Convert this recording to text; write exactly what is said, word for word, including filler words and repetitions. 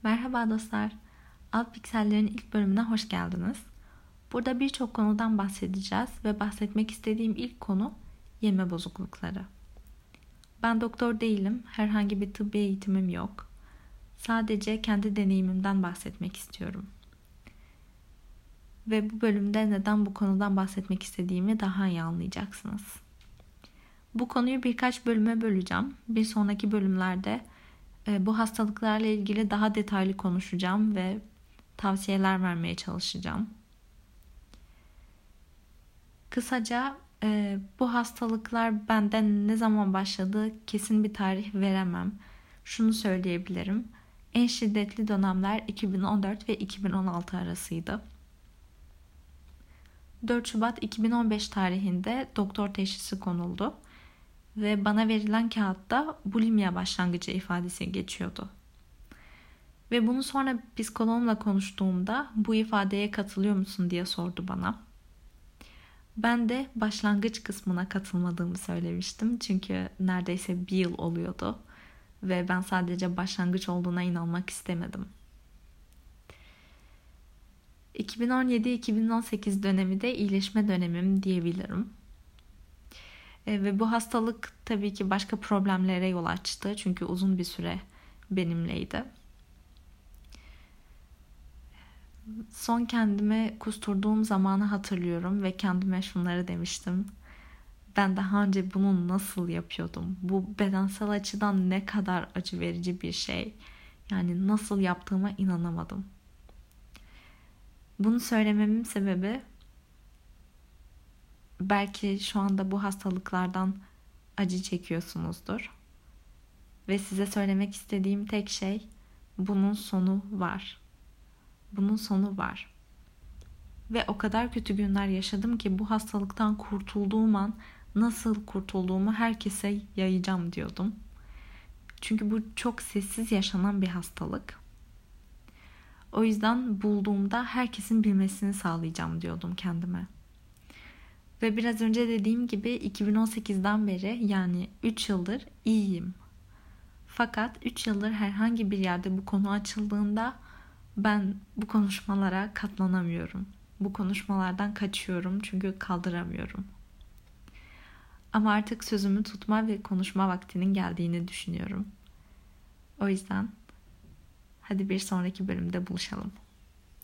Merhaba dostlar. Alt Pikseller'in ilk bölümüne hoş geldiniz. Burada birçok konudan bahsedeceğiz ve bahsetmek istediğim ilk konu yeme bozuklukları. Ben doktor değilim, herhangi bir tıbbi eğitimim yok. Sadece kendi deneyimimden bahsetmek istiyorum. Ve bu bölümde neden bu konudan bahsetmek istediğimi daha iyi anlayacaksınız. Bu konuyu birkaç bölüme böleceğim. Bir sonraki bölümlerde bu hastalıklarla ilgili daha detaylı konuşacağım ve tavsiyeler vermeye çalışacağım. Kısaca bu hastalıklar benden ne zaman başladı kesin bir tarih veremem. Şunu söyleyebilirim. En şiddetli dönemler iki bin on dört ve iki bin on altı arasıydı. dört Şubat iki bin on beş tarihinde doktor teşhisi konuldu. Ve bana verilen kağıtta bulimia başlangıcı ifadesi geçiyordu. Ve bunu sonra psikoloğumla konuştuğumda bu ifadeye katılıyor musun diye sordu bana. Ben de başlangıç kısmına katılmadığımı söylemiştim. Çünkü neredeyse bir yıl oluyordu. Ve ben sadece başlangıç olduğuna inanmak istemedim. iki bin on yedi iki bin on sekiz dönemi de iyileşme dönemim diyebilirim. Ve bu hastalık tabii ki başka problemlere yol açtı. Çünkü uzun bir süre benimleydi. Son kendime kusturduğum zamanı hatırlıyorum ve kendime şunları demiştim. Ben daha önce bunu nasıl yapıyordum? Bu bedensel açıdan ne kadar acı verici bir şey. Yani nasıl yaptığıma inanamadım. Bunu söylememin sebebi belki şu anda bu hastalıklardan acı çekiyorsunuzdur. Ve size söylemek istediğim tek şey bunun sonu var. Bunun sonu var. Ve o kadar kötü günler yaşadım ki bu hastalıktan kurtulduğum an nasıl kurtulduğumu herkese yayacağım diyordum. Çünkü bu çok sessiz yaşanan bir hastalık. O yüzden bulduğumda herkesin bilmesini sağlayacağım diyordum kendime. Ve biraz önce dediğim gibi iki bin on sekizden beri yani üç yıldır iyiyim. Fakat üç yıldır herhangi bir yerde bu konu açıldığında ben bu konuşmalara katlanamıyorum. Bu konuşmalardan kaçıyorum çünkü kaldıramıyorum. Ama artık sözümü tutma ve konuşma vaktinin geldiğini düşünüyorum. O yüzden hadi bir sonraki bölümde buluşalım.